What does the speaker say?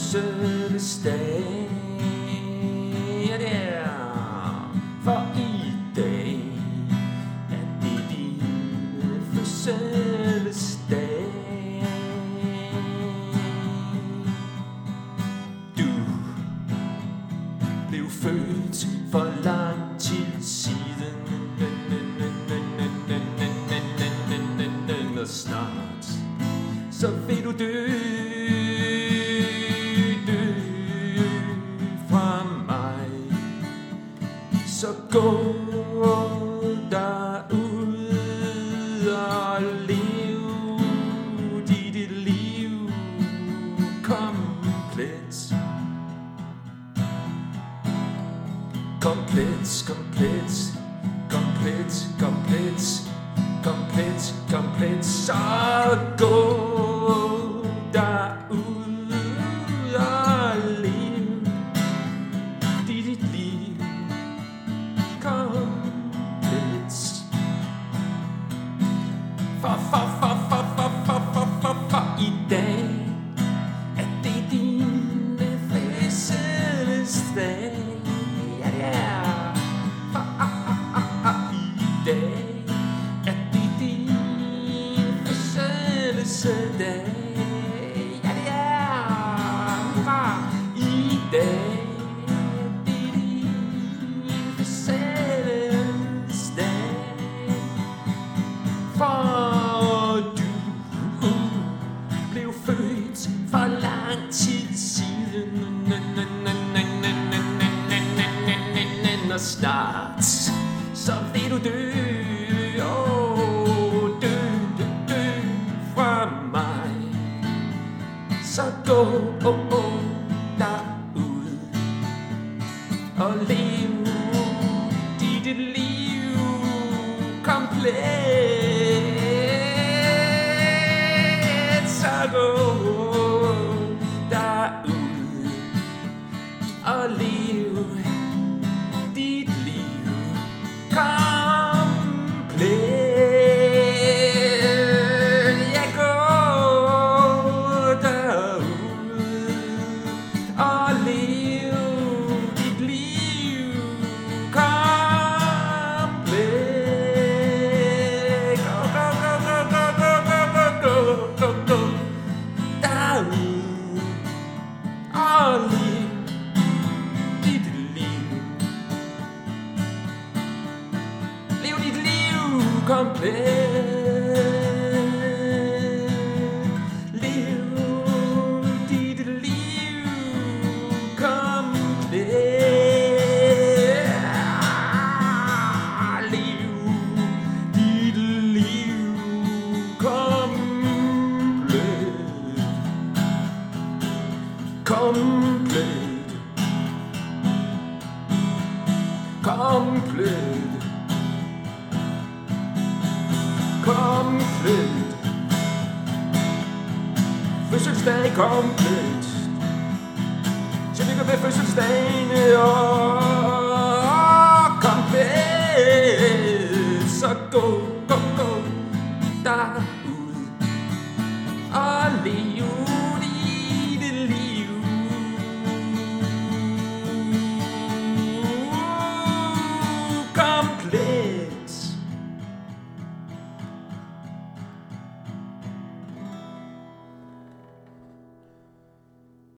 fødselsdag. Ja, det er for i dag at det er din fødselsdag. Du blev født for lang tid siden, og snart så vil du dø fra mig. Så gå derud og lev dit liv komplet. Komplet, komplet, komplet, komplet, komplet, komplet. Så gå derud og lev dit liv komplet. For i dag at det er din fødselsdag. Ja, det er for i dag at det er din fødselsdag. Ja, det er for i dag at det er din fødselsdag. For du blev født for lang tid siden, og snart så vil du dø, dø fra mig. Så gå derud og lev dit liv komplet. Så gå derud og lev dit liv komplet. Ja, gå derud og lev dit liv komplet. Go derud og lev dit liv. Lev dit liv komplet. Lev dit liv komplet. Lev dit liv komplet. Komplet. Komplet. Komplet. Fødselsdag komplet. Så ligger ved fødselsdagen og